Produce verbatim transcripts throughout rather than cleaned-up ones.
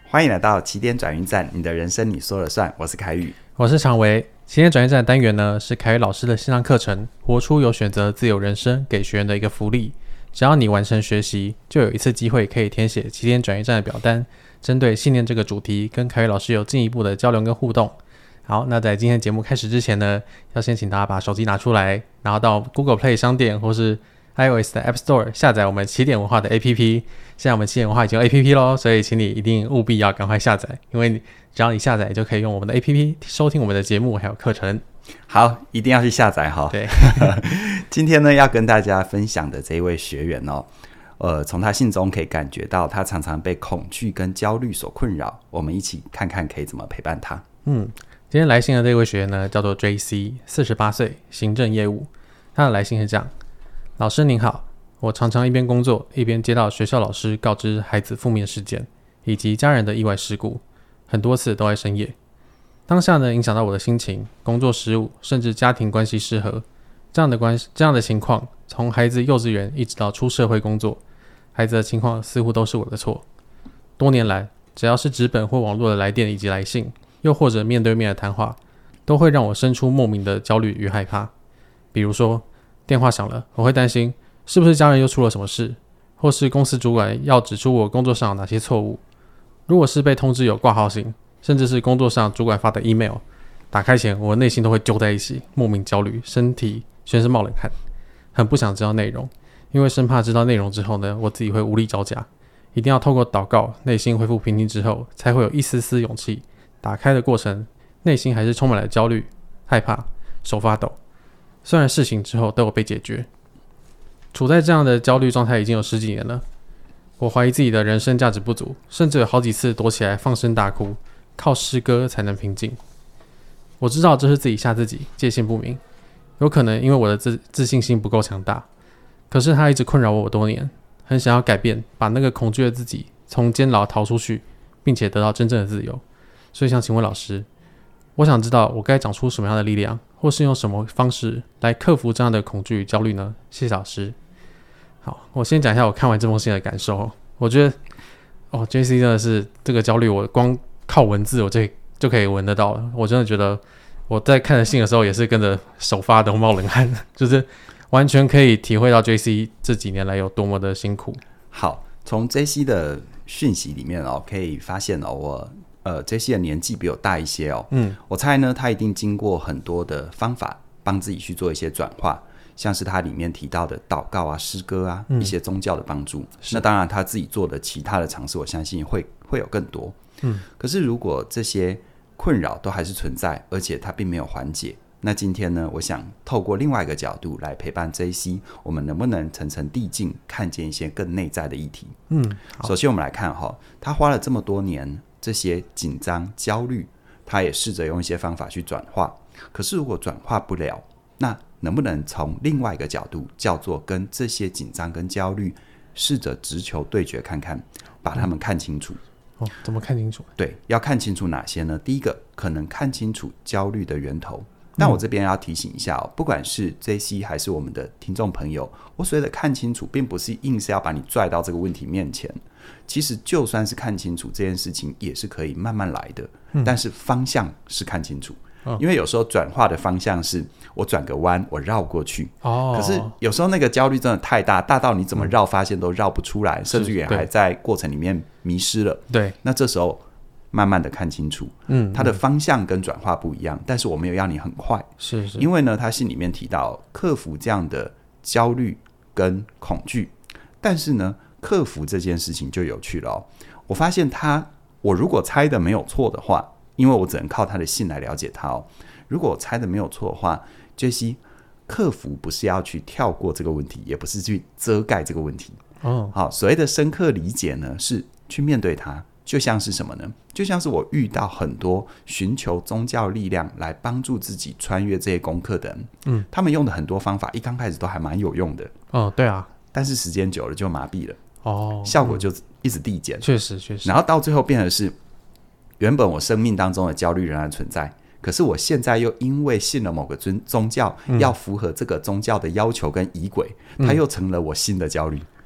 欢迎来到起点转运站，你的人生你说了算。我是凯宇， 我是常维。起点转运站的单元呢，是凯宇老师的线上课程活出有选择自由人生给学员的一个福利。只要你完成学习，就有一次机会可以填写起点转运站的表单，针对信念这个主题跟凯宇老师有进一步的交流跟互动。好，那在今天节目开始之前呢，要先请大家把手机拿出来，然后到 Google Play 商店或是 iOS 的 App Store 下载我们起点文化的 A P P。现在我们起点文化已经有 A P P 咯，所以请你一定务必要赶快下载，因为只要你下载就可以用我们的 A P P 收听我们的节目还有课程。 好，一定要去下载哈。 对， 今天呢要跟大家分享的这一位学员哦，呃，从他信中可以感觉到他常常被恐惧跟焦虑所困扰，我们一起看看可以怎么陪伴他。 嗯，今天来信的这位学员呢叫做 J C， 四十八岁，行政业务。他的来信是这样：老师您好，我常常一边工作一边接到学校老师告知孩子负面事件以及家人的意外事故，很多次都在深夜。当下呢，影响到我的心情、工作失误，甚至家庭关系失和。这样的关这样的情况，从孩子幼稚园一直到出社会工作，孩子的情况似乎都是我的错。多年来，只要是纸本或网络的来电以及来信，又或者面对面的谈话，都会让我生出莫名的焦虑与害怕。比如说，电话响了，我会担心是不是家人又出了什么事，或是公司主管要指出我工作上有哪些错误。如果是被通知有挂号信，甚至是工作上主管发的 email， 打开前我的内心都会揪在一起，莫名焦虑，身体全身冒冷汗，很不想知道内容，因为生怕知道内容之后呢，我自己会无力招架。一定要透过祷告，内心恢复平静之后，才会有一丝丝勇气。打开的过程，内心还是充满了焦虑、害怕、手发抖。虽然事情之后都有被解决，处在这样的焦虑状态已经有十几年了。我怀疑自己的人生价值不足，甚至有好几次躲起来放声大哭，靠诗歌才能平静。我知道这是自己吓自己，界限不明，有可能因为我的 自, 自信心不够强大。可是它一直困扰我多年，很想要改变，把那个恐惧的自己从监牢逃出去，并且得到真正的自由。所以想请问老师，我想知道我该长出什么样的力量，或是用什么方式来克服这样的恐惧与焦虑呢？谢谢老师。好，我先讲一下我看完这封信的感受。我觉得哦 ，J C 真的是这个焦虑，我光靠文字我就就可以闻得到了。我真的觉得我在看着信的时候也是跟着手发抖冒冷汗，就是完全可以体会到 J C 这几年来有多么的辛苦。 好，从 J C 的讯息里面哦，可以发现哦，我呃 J C 的年纪比我大一些哦。嗯，我猜呢，他一定经过很多的方法帮自己去做一些转化。像是他里面提到的祷告啊、诗歌啊、嗯、一些宗教的帮助，那当然他自己做的其他的尝试，我相信会会有更多。嗯，可是如果这些困扰都还是存在，而且他并没有缓解，那今天呢，我想透过另外一个角度来陪伴 J C， 我们能不能层层递进，看见一些更内在的议题？嗯，首先我们来看哈，他花了这么多年，这些紧张、焦虑，他也试着用一些方法去转化，可是如果转化不了，那能不能从另外一个角度，叫做跟这些紧张跟焦虑试着直球对决看看，把他们看清楚。 哦，怎么看清楚？ 对，要看清楚哪些呢？第一个，可能看清楚焦虑的源头。那我这边要提醒一下哦，不管是 J C 还是我们的听众朋友，我所谓的看清楚，并不是硬是要把你拽到这个问题面前。其实就算是看清楚这件事情，也是可以慢慢来的。嗯、但是方向是看清楚。因为有时候转化的方向是我转个弯，我绕过去、哦、可是有时候那个焦虑真的太大，大到你怎么绕发现都绕不出来、嗯、甚至也还在过程里面迷失了。对，那这时候慢慢的看清楚，嗯，它的方向跟转化不一样、嗯、但是我没有要你很快，是是，因为呢他信里面提到克服这样的焦虑跟恐惧，但是呢克服这件事情就有趣了、哦、我发现他，我如果猜的没有错的话，因为我只能靠他的信来了解他哦。如果我猜的没有错的话 ，J C 克服不是要去跳过这个问题，也不是去遮盖这个问题。哦，好，所谓的深刻理解呢，是去面对它。就像是什么呢？就像是我遇到很多寻求宗教力量来帮助自己穿越这些功课的人，嗯，他们用的很多方法，一刚开始都还蛮有用的。哦，对啊，但是时间久了就麻痹了。哦，效果就一直递减。确实，确实。然后到最后变成是。原本我生命当中的焦虑仍然存在，可是我现在又因为信了某个宗教、嗯、要符合这个宗教的要求跟仪轨、嗯、它又成了我新的焦虑。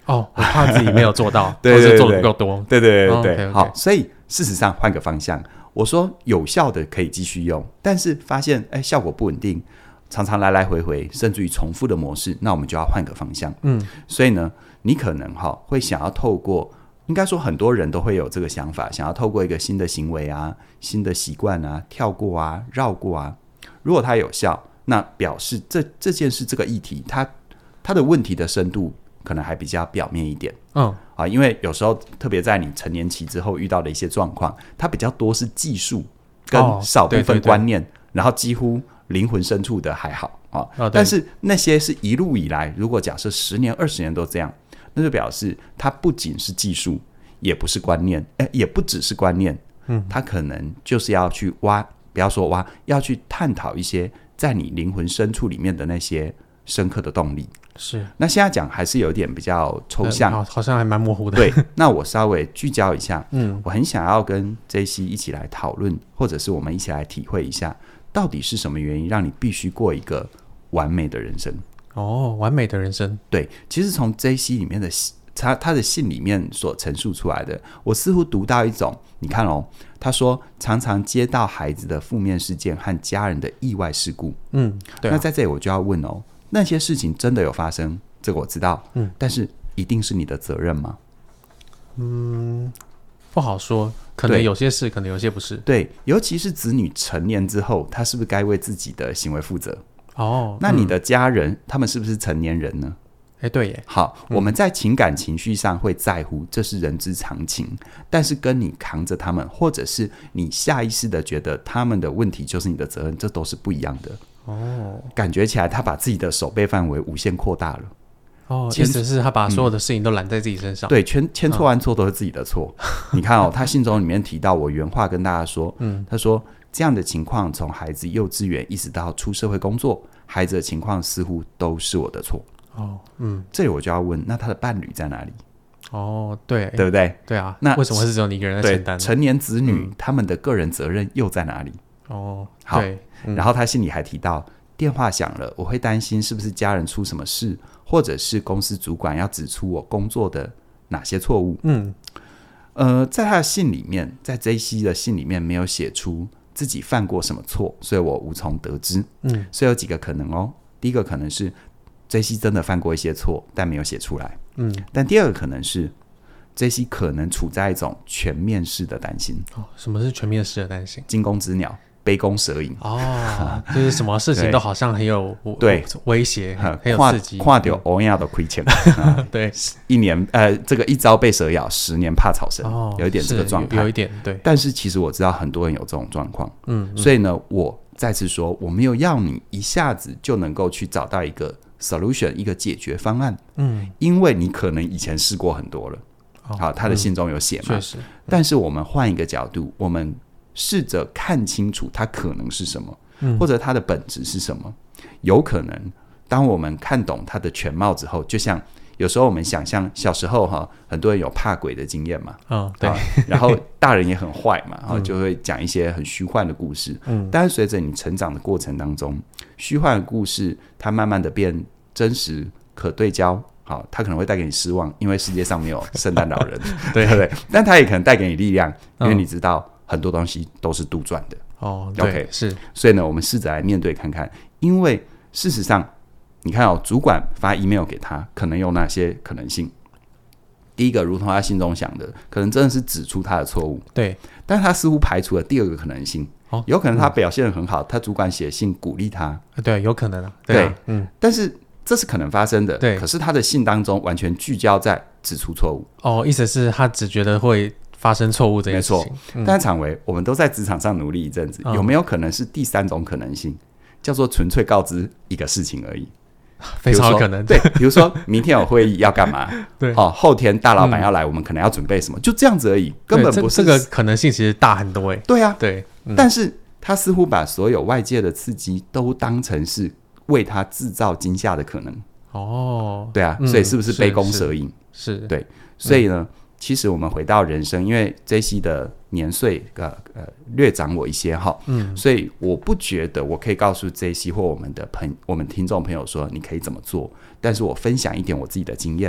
哦，我怕自己没有做到， 对对对对， 或是做的不够多。 对对对对、哦、 okay, okay. 好，所以事实上换个方向，我说有效的可以继续用，但是发现哎效果不稳定，常常来来回回甚至于重复的模式，那我们就要换个方向。嗯，所以呢你可能、哦、会想要透过，应该说很多人都会有这个想法，想要透过一个新的行为啊，新的习惯啊，跳过啊，绕过啊，如果它有效，那表示这这件事这个议题它它的问题的深度可能还比较表面一点。嗯啊，因为有时候特别在你成年期之后遇到的一些状况，它比较多是技术跟少部分观念、哦、对对对，然后几乎灵魂深处的还好啊、哦。但是那些是一路以来，如果假设十年二十年都这样，那就表示它不仅是技术，也不是观念，也不只是观念，嗯，它可能就是要去挖，不要说挖，要去探讨一些在你灵魂深处里面的那些深刻的动力。是，那现在讲还是有点比较抽象、 呃、好像还蛮模糊的。 对，那我稍微聚焦一下，嗯，我很想要跟 J C 一起来讨论，或者是我们一起来体会一下，到底是什么原因让你必须过一个完美的人生。 哦，完美的人生。 对，其实从 J C 里面的他, 他的信里面所陈述出来的，我似乎读到一种，你看哦，他说常常接到孩子的负面事件和家人的意外事故。嗯，对、啊。那在这里我就要问哦，那些事情真的有发生？这个我知道，嗯，但是一定是你的责任吗？ 嗯，不好说，可能有些是，可能有些不是。 对，尤其是子女成年之后，他是不是该为自己的行为负责？哦，那你的家人、嗯、他们是不是成年人呢？ 哎，对耶。 好、嗯，我们在情感情绪上会在乎，这是人之常情。但是跟你扛着他们，或者是你下意识的觉得他们的问题就是你的责任，这都是不一样的。哦，感觉起来他把自己的守备范围无限扩大了。 哦，意思是他把所有的事情都揽在自己身上。 嗯、对，千千错万错都是自己的错。嗯、你看哦，他信中里面提到，我原话跟大家说，嗯，他说这样的情况从孩子幼稚园一直到出社会工作，孩子的情况似乎都是我的错。哦，嗯，这里我就要问，那他的伴侣在哪里？ 哦，对， 对不对？ 对啊，那为什么会是只有你一个人在承担？ 成年子女、嗯、他们的个人责任又在哪里？哦，好，对、嗯，然后他信里还提到，电话响了，我会担心是不是家人出什么事，或者是公司主管要指出我工作的哪些错误。嗯，呃，在他的信里面，在 J C 的信里面没有写出自己犯过什么错，所以我无从得知。嗯，所以有几个可能哦。第一个可能是 J C 真的犯过一些错，但没有写出来。嗯，但第二个可能是 J C 可能处在一种全面式的担心。 哦，什么是全面式的担心？ 惊弓之鸟，杯弓蛇影。 哦，就是什么事情都好像很有对威胁，很有刺激， 看到欧亚都亏钱。 对， 一年呃，这个一朝被蛇咬，十年怕草绳。哦，有一点这个状态， 有一点对。 但是其实我知道很多人有这种状况。嗯，所以呢，我再次说，我没有要你一下子就能够去找到一个 solution， 一个解决方案。嗯，因为你可能以前试过很多了。哦、好，他的信中有写嘛？确实、嗯。但是我们换一个角度，我们试着看清楚它可能是什么、嗯，或者它的本质是什么。有可能，当我们看懂它的全貌之后，就像有时候我们想象小时候哈，很多人有怕鬼的经验嘛。哦，对。然后大人也很坏嘛，然后就会讲一些很虚幻的故事。嗯。但是随着你成长的过程当中，虚幻的故事它慢慢的变真实、可对焦。好，他可能会带给你失望，因为世界上没有圣诞老人，对不对？但他也可能带给你力量，因为你知道很多东西都是杜撰的。哦，对 ，OK， 是。所以呢，我们试着来面对看看，因为事实上，你看哦，主管发 email 给他，可能有哪些可能性？第一个，如同他心中想的，可能真的是指出他的错误，对。但是他似乎排除了第二个可能性，哦，有可能他表现得很好，嗯、他主管写信鼓励他， 对，有可能啊，对啊， 对，嗯，但是。这是可能发生的，对。可是他的信当中完全聚焦在指出错误。 哦，意思是他只觉得会发生错误这件事情。 没错，嗯、但是常维，我们都在职场上努力一阵子、嗯，有没有可能是第三种可能性，叫做纯粹告知一个事情而已？ 非常有可能。 对，比如说明天有会议要干嘛？对，哦，后天大老板要来、嗯，我们可能要准备什么？就这样子而已，根本不是。 这, 这个可能性其实大很多诶。 对啊， 对。 嗯、但是他似乎把所有外界的刺激都当成是为他制造惊吓的可能。哦，对啊、嗯，所以是不是杯弓蛇影？是，是对，所以呢、嗯，其实我们回到人生，因为 J C 的年岁呃呃略长我一些哈，嗯，所以我不觉得我可以告诉 J C 或我们的朋我们听众朋友说你可以怎么做，但是我分享一点我自己的经验。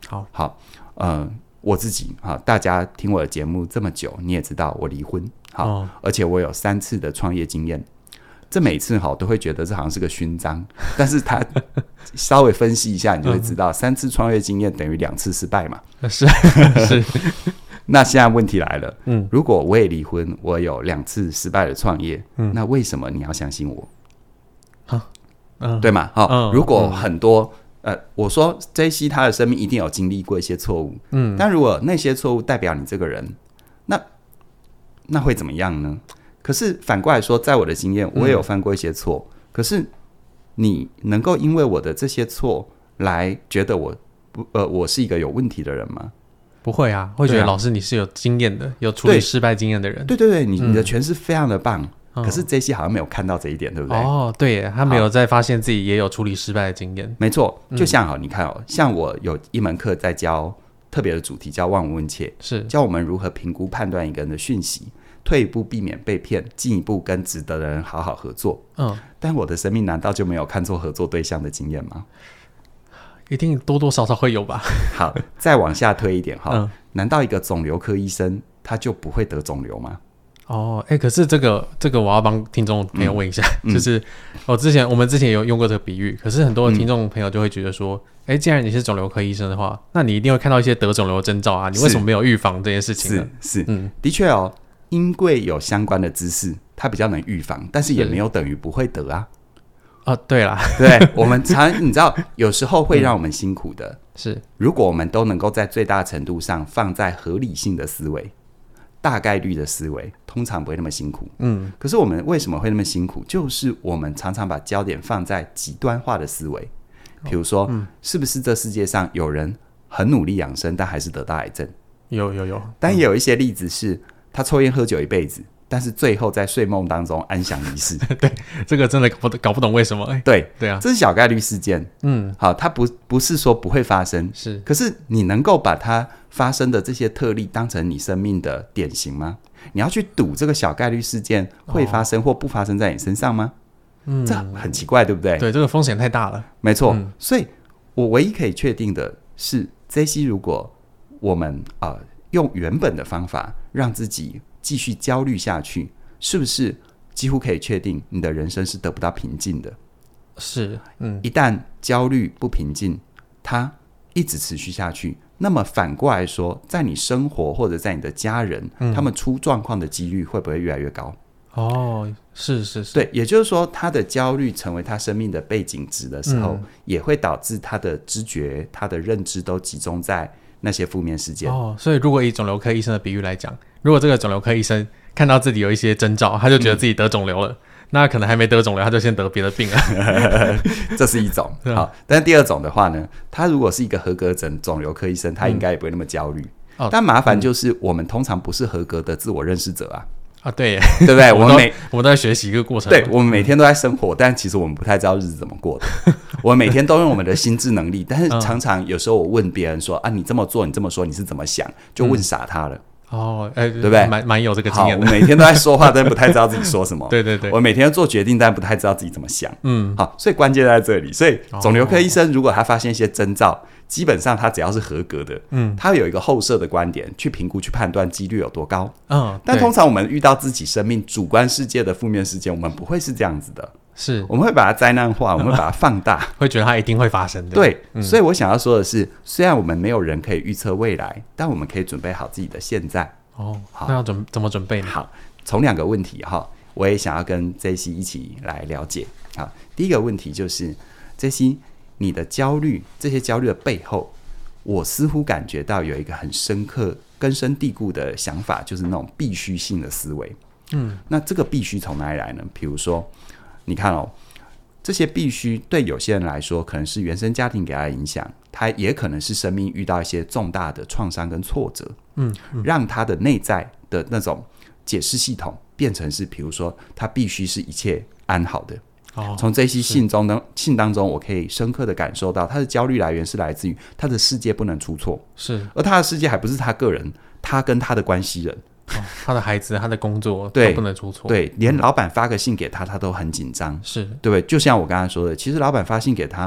好， 好，呃，我自己哈，大家听我的节目这么久，你也知道我离婚，好，哦、而且我有三次的创业经验。这每次哈都会觉得这好像是个勋章，但是他稍微分析一下，你就会知道，嗯、三次创业经验等于两次失败嘛。 是是。 那现在问题来了，嗯，如果我也离婚，我有两次失败的创业，嗯，那为什么你要相信我？啊，嗯，对吗？好、哦嗯，如果很多、嗯、呃，我说 J C 他的生命一定有经历过一些错误，嗯，但如果那些错误代表你这个人，那那会怎么样呢？可是反过来说，在我的经验，我也有犯过一些错、嗯。可是你能够因为我的这些错来觉得我不呃我是一个有问题的人吗？ 不会啊，会觉得老师你是有经验的、啊，有处理失败经验的人。 对对对，你、嗯、你的诠释非常的棒。嗯、可是 J C 好像没有看到这一点，对不对？ 哦，对耶，他没有在发现自己也有处理失败的经验。 没错，就像好，你看哦，像我有一门课在教特别的主题，叫望闻问切，是教我们如何评估判断一个人的讯息。退一步避免被骗，进一步跟值得的人好好合作。嗯，但我的生命难道就没有看错合作对象的经验吗？ 一定多多少少会有吧。 好，再往下推一点哈、嗯，难道一个肿瘤科医生他就不会得肿瘤吗？ 哦，哎、欸，可是这个这个我要帮听众朋友问一下，嗯、就是我之前我们之前有用过这个比喻，可是很多的听众朋友就会觉得说，哎、欸，既然你是肿瘤科医生的话，那你一定会看到一些得肿瘤的征兆啊，你为什么没有预防这件事情呢？ 是是，嗯，的确哦。因为有相关的知识，它比较能预防，但是也没有等于不会得啊。 哦，对啦， 对，我们常你知道，有时候会让我们辛苦的、嗯、 是， 如果我们都能够在最大程度上放在合理性的思维、大概率的思维，通常不会那么辛苦。嗯，可是我们为什么会那么辛苦？就是我们常常把焦点放在极端化的思维，比如说、哦嗯，是不是这世界上有人很努力养生，但还是得到癌症？ 有有有， 但也有一些例子是。他抽烟喝酒一辈子，但是最后在睡梦当中安详离世。 对，这个真的搞不搞不懂为什么？欸、 对对啊， 这是小概率事件。嗯，好，它不不是说不会发生，是，可是你能够把它发生的这些特例当成你生命的典型吗？你要去赌这个小概率事件会发生或不发生在你身上吗？嗯，这很奇怪，对不对？ 对，这个风险太大了。 没错，嗯、所以我唯一可以确定的是 ，J C 如果我们啊。呃用原本的方法让自己继续焦虑下去，是不是几乎可以确定你的人生是得不到平静的？ 是，嗯， 一旦焦虑不平静，它一直持续下去，那么反过来说，在你生活或者在你的家人，嗯、他们出状况的几率会不会越来越高？ 哦，是是是， 对，也就是说，他的焦虑成为他生命的背景值的时候，嗯、也会导致他的知觉、他的认知都集中在那些负面事件。 哦，所以如果以肿瘤科医生的比喻来讲，如果这个肿瘤科医生看到自己有一些征兆，他就觉得自己得肿瘤了，嗯、那可能还没得肿瘤，他就先得别的病了。 这是一种。好，但是第二种的话呢，他如果是一个合格诊肿瘤科医生，他应该也不会那么焦虑。嗯、但麻烦就是我们通常不是合格的自我认识者啊。 啊，对耶， 对不对？我们每我们都在学习一个过程， 对，我们每天都在生活，但其实我们不太知道日子怎么过的。我们每天都用我们的心智能力，但是常常有时候我问别人说、嗯、啊，你这么做，你这么说，你是怎么想？就问傻他了。嗯哦，哎、欸， 对不对？ 蛮蛮有这个经验的。 好，我每天都在说话，但不太知道自己说什么。 对对对， 我每天都做决定，但不太知道自己怎么想。嗯，好，所以关键在这里。所以肿瘤科医生如果他发现一些征兆，基本上他只要是合格的，嗯，他有一个后设的观点去评估、去判断几率有多高。嗯，但通常我们遇到自己生命主观世界的负面事件，我们不会是这样子的。是，我们会把它灾难化，我们会把它放大， 会觉得它一定会发生的。 对、嗯，所以我想要说的是，虽然我们没有人可以预测未来，但我们可以准备好自己的现在。 哦，好，那要怎怎么准备呢？ 好，从两个问题哈，我也想要跟 J C 一起来了解。好，第一个问题就是 J C， 你的焦虑，这些焦虑的背后，我似乎感觉到有一个很深刻、根深蒂固的想法，就是那种必须性的思维。嗯，那这个必须从哪里来呢？比如说，你看哦，这些必须对有些人来说，可能是原生家庭给他的影响，他也可能是生命遇到一些重大的创伤跟挫折。嗯，嗯，让他的内在的那种解释系统变成是，比如说，他必须是一切安好的。哦，从这些信中呢，信当中，我可以深刻的感受到，他的焦虑来源是来自于他的世界不能出错。是，而他的世界还不是他个人，他跟他的关系人。 哦，他的孩子、他的工作都不能出错。 对，连老板发个信给他，他都很紧张。是，对不对？就像我刚才说的，其实老板发信给他，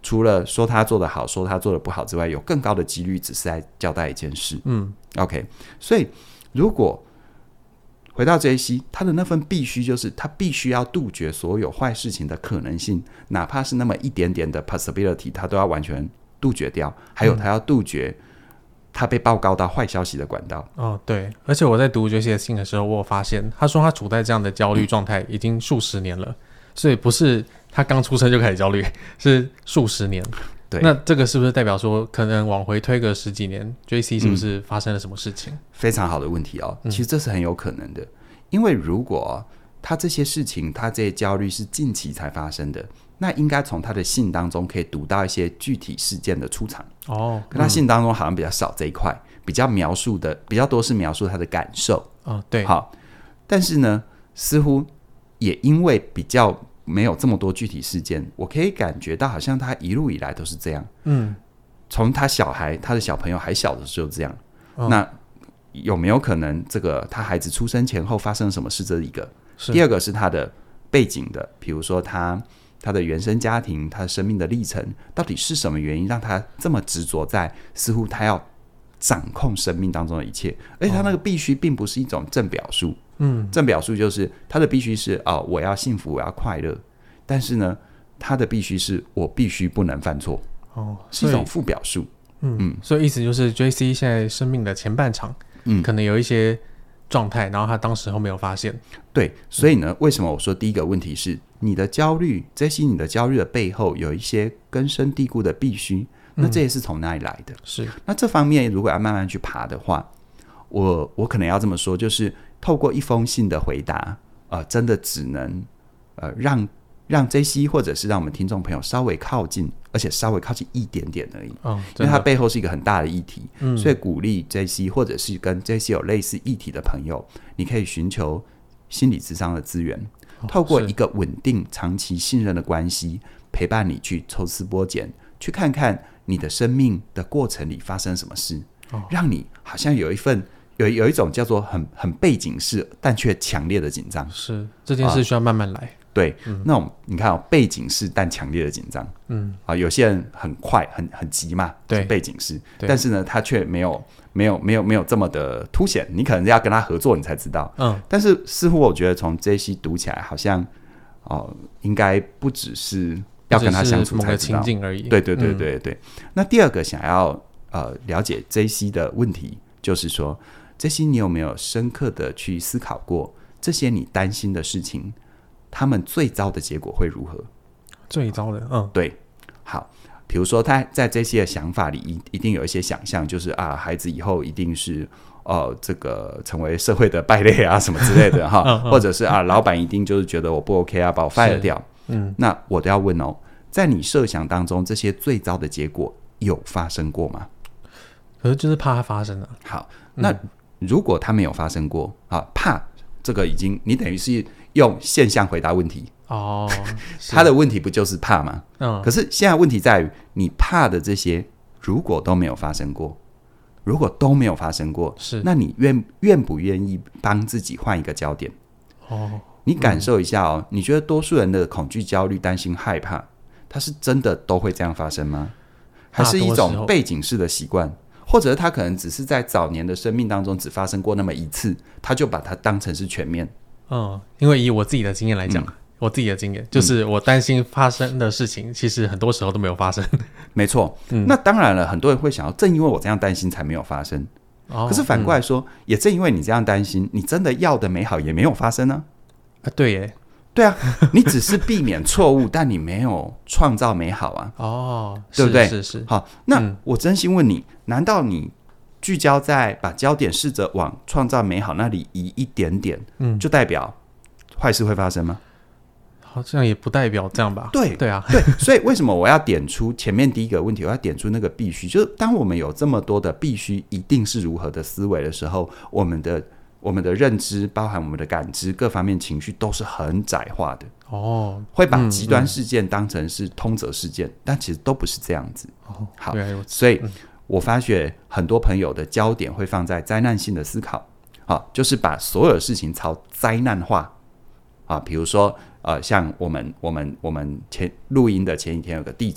除了说他做得好，说他做得不好之外，有更高的几率只是在交代一件事。 嗯 OK， 所以如果回到 J C， 他的那份必须就是他必须要杜绝所有坏事情的可能性，哪怕是那么一点点的 possibility， 他都要完全杜绝掉。还有他要杜绝他被报告到坏消息的管道。 哦，对，而且我在读J C的信的时候，我有发现他说他处在这样的焦虑状态已经数十年了，所以不是他刚出生就开始焦虑，是数十年。 对， 那这个是不是代表说，可能往回推个十几年 ，J C 是不是发生了什么事情？嗯、 非常好的问题哦，其实这是很有可能的，嗯、因为如果他这些事情，他这些焦虑是近期才发生的，那应该从他的信当中可以读到一些具体事件的出场。 哦， 可他信当中好像比较少这一块，嗯、比较描述的比较多是描述他的感受。 哦，对， 好，但是呢，似乎也因为比较没有这么多具体事件，我可以感觉到好像他一路以来都是这样。嗯，从他小孩他的小朋友还小的时候这样。哦、那有没有可能这个他孩子出生前后发生了什么事？这是一个。第二个是他的背景的，比如说他他的原生家庭，他的生命的历程，到底是什么原因让他这么执着在似乎他要掌控生命当中的一切？而且他那个必须并不是一种正表述。嗯，正表述就是他的必须是哦，我要幸福，我要快乐。但是呢，他的必须是我必须不能犯错。哦，是一种副表述。 嗯嗯，所以意思就是 J C 现在生命的前半场，嗯，可能有一些状态，然后他当时候没有发现。 对，所以呢，为什么我说第一个问题是你的焦虑，这些你的焦虑的背后有一些根深蒂固的必须，那这也是从哪里来的？嗯、 是。 那这方面如果要慢慢去爬的话，我我可能要这么说，就是透过一封信的回答，呃，真的只能呃让让 J C 或者是让我们听众朋友稍微靠近，而且稍微靠近一点点而已。哦、因为它背后是一个很大的议题，嗯、所以鼓励 J C 或者是跟 J C 有类似议题的朋友，你可以寻求心理咨商的资源，哦、透过一个稳定、长期信任的关系，陪伴你去抽丝剥茧，去看看你的生命的过程里发生什么事，哦、让你好像有一份。有, 有一种叫做很很背景式但却强烈的紧张，是这件事需要慢慢来。啊、 对，嗯、那种你看哦，背景式但强烈的紧张，嗯啊，有些人很快很很急嘛，对，背景式，但是呢，他却没有没有没有没有这么的凸显，你可能要跟他合作，你才知道，嗯。但是似乎我觉得从 J C 读起来，好像哦、呃，应该不只是要跟他相处才知道， 情境而已。 对对对对对。嗯、那第二个想要呃了解 J C 的问题，就是说。这些你有没有深刻的去思考过，这些你担心的事情，他们最糟的结果会如何？ 最糟的，嗯， 对，好，比如说他在这些想法里一一定有一些想象，就是啊，孩子以后一定是哦、呃，这个成为社会的败类啊，什么之类的哈，嗯嗯、或者是啊，老板一定就是觉得我不 OK 啊，把我 fire 掉。嗯，那我都要问哦，在你设想当中，这些最糟的结果有发生过吗？ 可是就是怕它发生了。 好，那。嗯如果他没有发生过啊，怕这个已经你等于是用现象回答问题哦，他的问题不就是怕吗？嗯，可是现在问题在于你怕的这些如果都没有发生过，如果都没有发生过，是那你愿愿不愿意帮自己换一个焦点？哦，你感受一下哦，嗯、你觉得多数人的恐惧、焦虑、担心、害怕，它是真的都会这样发生吗？还是一种背景式的习惯？或者他可能只是在早年的生命当中只发生过那么一次，他就把它当成是全面。 嗯，因为以我自己的经验来讲、嗯、我自己的经验就是我担心发生的事情、嗯、其实很多时候都没有发生。没错、嗯、那当然了，很多人会想要正因为我这样担心才没有发生、哦、可是反过来说、嗯、也正因为你这样担心，你真的要的美好也没有发生呢、 啊。对耶， 对啊，你只是避免错误但你没有创造美好啊。哦，对不对？ 是是是。 好，那、嗯、我真心问你，难道你聚焦在把焦点试着往创造美好那里移一点点，嗯，就代表坏事会发生吗？ 好像也不代表这样吧。 对对啊， 对，所以为什么我要点出前面第一个问题，我要点出那个必须，就是当我们有这么多的必须一定是如何的思维的时候，我们的我们的认知包含我们的感知各方面情绪都是很窄化的哦，会把极端事件当成是通则事件、嗯嗯、但其实都不是这样子哦。好，所以、嗯、我发觉很多朋友的焦点会放在灾难性的思考，好，就是把所有的事情朝灾难化啊，比如说呃，像我们我们我们前录音的前一天有个地震，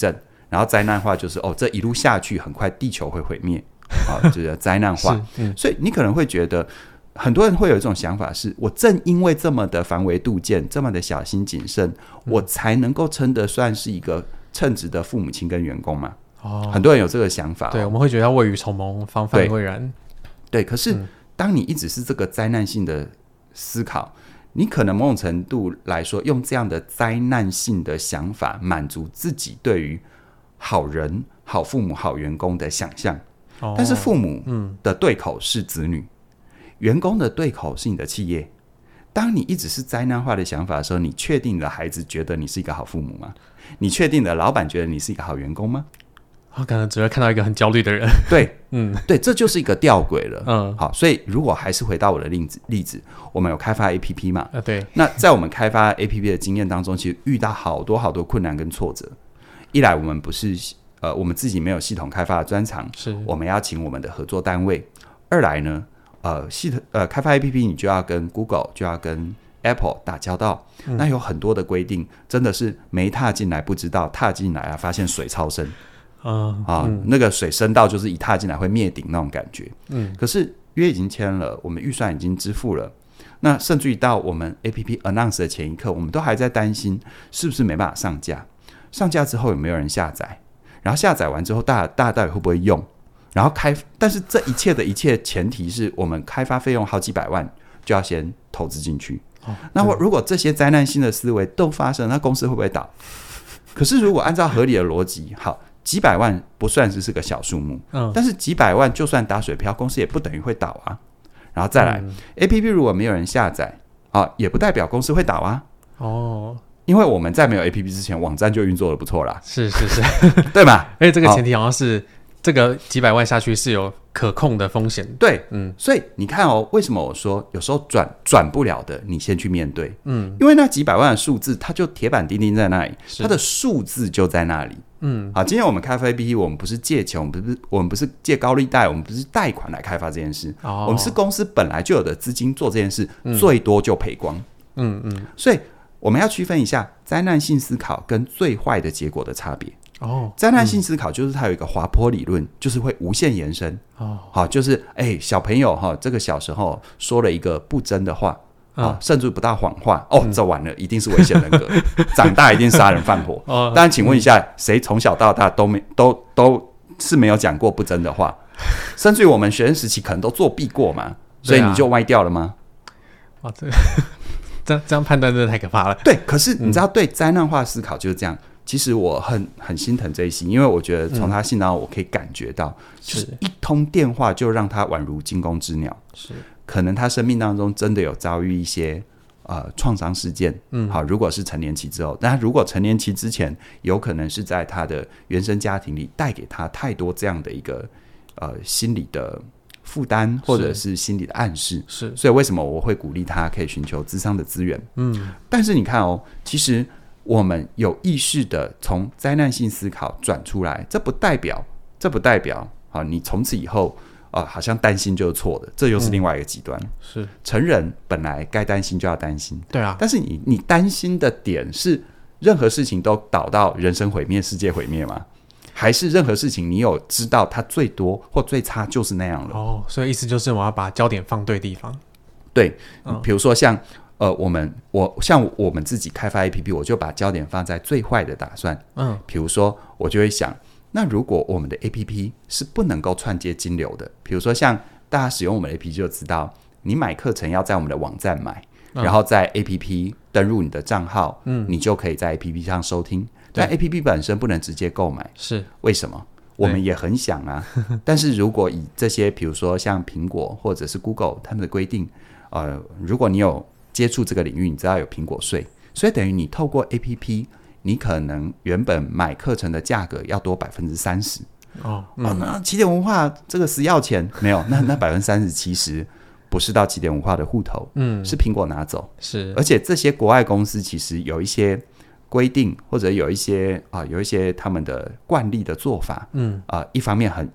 然后灾难化就是哦，这一路下去很快地球会毁灭啊，就是灾难化。嗯、所以你可能会觉得，很多人会有一种想法是，我正因为这么的防微杜渐，这么的小心谨慎，嗯、我才能够称得算是一个称职的父母亲跟员工嘛。哦，很多人有这个想法、哦。 对，我们会觉得要未雨绸缪，防范未然。 对，可是、嗯、当你一直是这个灾难性的思考，你可能某种程度来说，用这样的灾难性的想法满足自己对于好人、好父母、好员工的想象。哦、但是父母的对口是子女，嗯、员工的对口是你的企业。当你一直是灾难化的想法的时候，你确定了孩子觉得你是一个好父母吗？你确定了老板觉得你是一个好员工吗？ 我可能只会看到一个很焦虑的人。 对，嗯，对，这就是一个吊诡了。嗯，好，所以如果还是回到我的例子，例子，我们有开发 A P P 嘛？ 啊，对。 那在我们开发 A P P 的经验当中，其实遇到好多好多困难跟挫折。一来，我们不是呃，我们自己没有系统开发的专长，是我们要请我们的合作单位。二来呢，呃，系统呃开发 A P P， 你就要跟 Google 就要跟 Apple 打交道，嗯、那有很多的规定，真的是没踏进来不知道，踏进来啊发现水超深。Uh, 啊，嗯、那个水深到就是一踏进来会灭顶那种感觉。嗯，可是约已经签了，我们预算已经支付了，那甚至于到我们 A P P announce 的前一刻，我们都还在担心是不是没办法上架，上架之后有没有人下载，然后下载完之后大大家到底会不会用，然后开，但是这一切的一切前提是我们开发费用好几百万就要先投资进去。哦、那我如果这些灾难性的思维都发生，那公司会不会倒？可是如果按照合理的逻辑，好。几百万不算是是个小数目，嗯、但是几百万就算打水漂，公司也不等于会倒啊。然后再来、嗯、A P P 如果没有人下载啊，也不代表公司会倒啊。哦，因为我们在没有 A P P 之前，网站就运作得不错啦。 是是是， 对吧？ 而且这个前提好像是这个几百万下去是有可控的风险。 对，嗯，所以你看哦，为什么我说有时候转转不了的，你先去面对，嗯，因为那几百万的数字，它就铁板钉钉在那里，它的数字就在那里。嗯，好，今天我们开发 A P P， 我们不是借钱，我们不是我们不是借高利贷，我们不是贷款来开发这件事，哦、我们是公司本来就有的资金做这件事，嗯、最多就赔光。嗯嗯，所以我们要区分一下灾难性思考跟最坏的结果的差别。哦，灾难性思考就是它有一个滑坡理论，嗯、就是会无限延伸。哦，好，就是哎、欸，小朋友哈，这个小时候说了一个不真的话。啊、甚至不到谎话哦，嗯、这完了，一定是危险人格，长大一定杀人放火。哦、当然，请问一下，谁从小到大都没都都是没有讲过不真的话？甚至于我们学生时期可能都作弊过嘛，所以你就歪掉了吗？ 哇，这这样这样判断真的太可怕了。 对，可是你知道，对灾难化思考就是这样。嗯、其实我很很心疼这一信，因为我觉得从他信当中我可以感觉到，嗯、就是一通电话就让他宛如惊弓之鸟。是。可能他生命当中真的有遭遇一些呃创伤事件，嗯，好，如果是成年期之后，但如果成年期之前，有可能是在他的原生家庭里带给他太多这样的一个呃心理的负担，或者是心理的暗示，是，所以为什么我会鼓励他可以寻求諮商的资源？嗯，但是你看哦，其实我们有意识的从灾难性思考转出来，这不代表，这不代表，好，你从此以后。呃、好像担心就是错的，这又是另外一个极端。嗯、是成人本来该担心就要担心，对啊。但是你你担心的点是任何事情都导到人生毁灭、世界毁灭吗？还是任何事情你有知道它最多或最差就是那样了？哦， 所以意思就是我要把焦点放对地方。 对，嗯、比如说像呃，我们我像我们自己开发 A P P， 我就把焦点放在最坏的打算。嗯，比如说我就会想。那如果我们的 A P P 是不能够串接金流的，比如说像大家使用我们的 A P P 就知道，你买课程要在我们的网站买，嗯、然后在 A P P 登入你的账号，嗯、你就可以在 A P P 上收听。但 A P P 本身不能直接购买，是为什么？我们也很想啊，但是如果以这些，比如说像苹果或者是 Google 他们的规定，呃，如果你有接触这个领域，你知道有苹果税，所以等于你透过 A P P。你可能原本买课程的价格要多百分之三十哦，哦，那起点文化这个死要钱没有？那那百分之三十其实不是到起点文化的户头，嗯，是苹果拿走，是，而且这些国外公司其实有一些规定，或者有一些啊、呃，有一些他们的惯例的做法，嗯啊、呃，一方面很硬，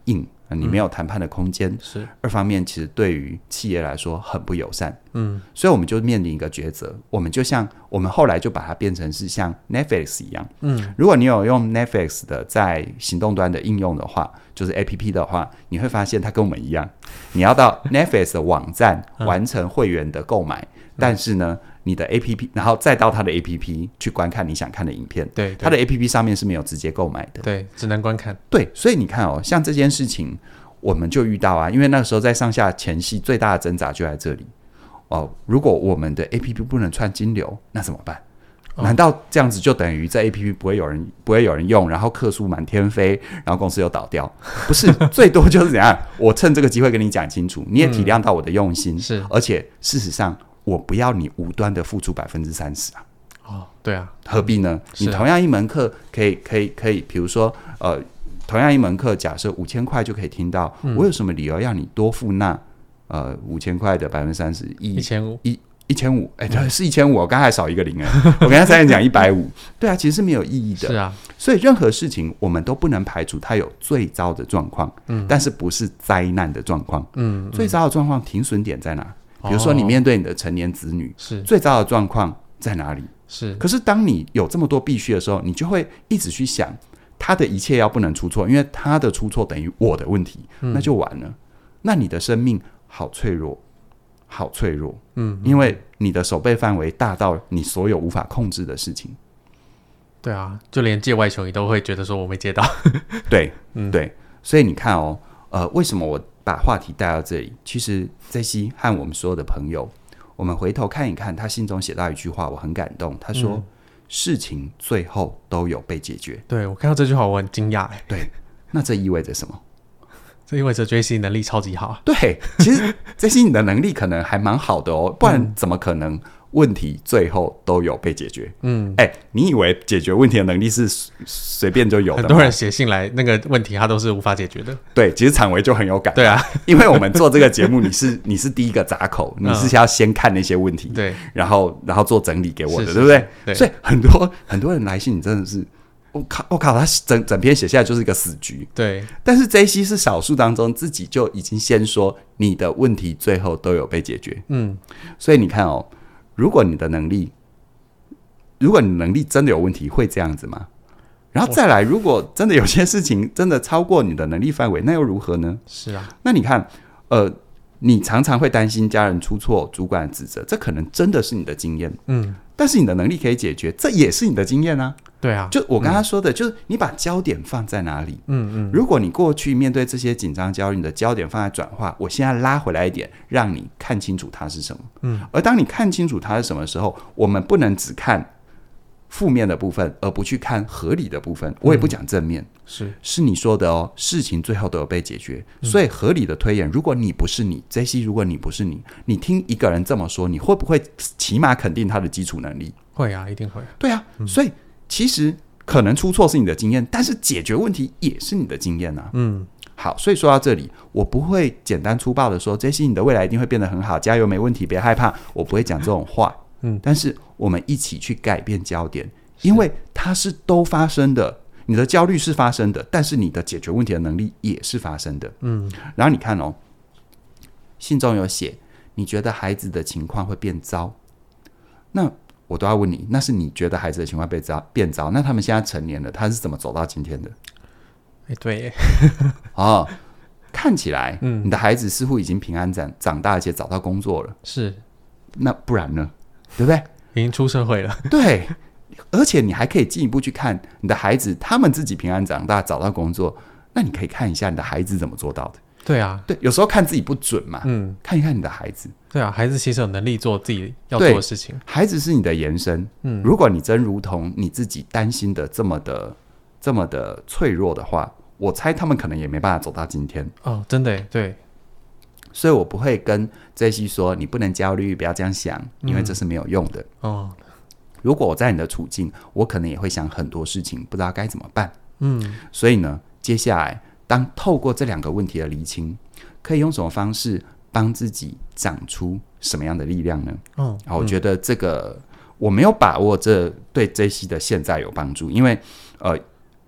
呃、你没有谈判的空间、嗯、 是二方面其实对于企业来说很不友善， 嗯， 所以我们就面临一个抉择，我们就像我们后来就把它变成是像 Netflix 一样，嗯，如果你有用 Netflix 的在行动端的应用的话，就是 A P P 的话，你会发现它跟我们一样，你要到 Netflix 的网站完成会员的购买、嗯、但是呢你的 A P P 然后再到它的 A P P 去观看你想看的影片， 对, 对，它的 A P P 上面是没有直接购买的， 对，只能观看， 对，所以你看哦，像这件事情我们就遇到啊，因为那个时候在上下前夕最大的挣扎就在这里哦，如果我们的 A P P 不能串金流那怎么办？难道这样子就等于这 A P P 不会有人不会有人用，然后客数满天飞，然后公司又倒掉？不是，最多就是怎样？我趁这个机会跟你讲清楚，你也体谅到我的用心，嗯、是，而且事实上，我不要你无端的付出百分之三十啊！ 哦，对啊， 何必呢？啊、你同样一门课，可以可以可以，比如说呃，同样一门课，假设五千块就可以听到、嗯，我有什么理由要你多付那呃五千块的百分之三十？ 一千五一。一千五，哎，对，是一千五，我刚才少一个零哎，我刚才才讲一百五，对啊，其实是没有意义的， 是啊， 所以任何事情我们都不能排除它有最糟的状况，嗯，但是不是灾难的状况，嗯，最糟的状况停损点在哪？比如说你面对你的成年子女，是、哦、最糟的状况在哪里？是，可是当你有这么多必须的时候，你就会一直去想他的一切要不能出错，因为他的出错等于我的问题，嗯、那就完了，那你的生命好脆弱。好脆弱，嗯，因为你的守备范围大到你所有无法控制的事情。 对啊，就连界外球你都会觉得说我没接到。 对，嗯，对，所以你看哦，呃，为什么我把话题带到这里？其实 J C 和我们所有的朋友，我们回头看一看，他信中写到一句话，我很感动。他说：“嗯、事情最后都有被解决。” 对，我看到这句话我很惊讶。 对，那这意味着什么？ 这意味着 J C 能力超级好。 对，其实 J C 你的能力可能还蛮好的哦，不然怎么可能问题最后都有被解决？嗯，哎，你以为解决问题的能力是随便就有的吗？ 很多人写信来，那个问题他都是无法解决的。 对，其实产维就很有感。 对啊， 因为我们做这个节目，你是你是第一个闸口，你是要先看那些问题，对、嗯，然后然后做整理给我的，对不对？对，所以很多很多人来信，你真的是。我靠！我靠！他整整篇写下来就是一个死局。对，但是 J C 是少数当中自己就已经先说你的问题最后都有被解决。嗯，所以你看哦，如果你的能力，如果你能力真的有问题，会这样子吗？然后再来，如果真的有些事情真的超过你的能力范围，那又如何呢？是啊，那你看，呃，你常常会担心家人出错、主管指责，这可能真的是你的经验。嗯，但是你的能力可以解决，这也是你的经验啊。对啊，就我刚刚说的、嗯，就是你把焦点放在哪里？嗯嗯，如果你过去面对这些紧张焦虑，你的焦点放在转化，我现在拉回来一点，让你看清楚它是什么。嗯，而当你看清楚它是什么的时候，我们不能只看负面的部分，而不去看合理的部分。我也不讲正面，嗯、是是你说的哦，事情最后都有被解决。嗯、所以合理的推演，如果你不是你 ，J C， 如果你不是你，你听一个人这么说，你会不会起码肯定他的基础能力？ 会啊，一定会。 对啊，嗯、所以。其实可能出错是你的经验，但是解决问题也是你的经验啊。嗯，好，所以说到这里，我不会简单粗暴的说 J C 你的未来一定会变得很好，加油，没问题，别害怕，我不会讲这种话。嗯，但是我们一起去改变焦点，因为它是都发生的，你的焦虑是发生的，但是你的解决问题的能力也是发生的。嗯，然后你看哦，信中有写，你觉得孩子的情况会变糟，那我都要问你，那是你觉得孩子的情况被糟变糟，那他们现在成年了，他是怎么走到今天的？ 哎，对耶， 哦，看起来，嗯，你的孩子似乎已经平安长长大，而且找到工作了，是，那不然呢？对不对？ 已经出社会了， 对，而且你还可以进一步去看你的孩子，他们自己平安长大，找到工作，那你可以看一下你的孩子怎么做到的。 对啊， 对，有时候看自己不准嘛，嗯，看一看你的孩子。 对啊，孩子其实有能力做自己要做的事情。 孩子是你的延伸，嗯，如果你真如同你自己担心的这么的这么的脆弱的话，我猜他们可能也没办法走到今天。 哦，真的耶，对。 所以我不会跟 J C 说你不能焦虑，不要这样想，因为这是没有用的。嗯、哦，如果我在你的处境，我可能也会想很多事情，不知道该怎么办。嗯，所以呢，接下来。当透过这两个问题的厘清，可以用什么方式帮自己长出什么样的力量呢？哦，好，我觉得这个我没有把握这对 J C 的现在有帮助，因为呃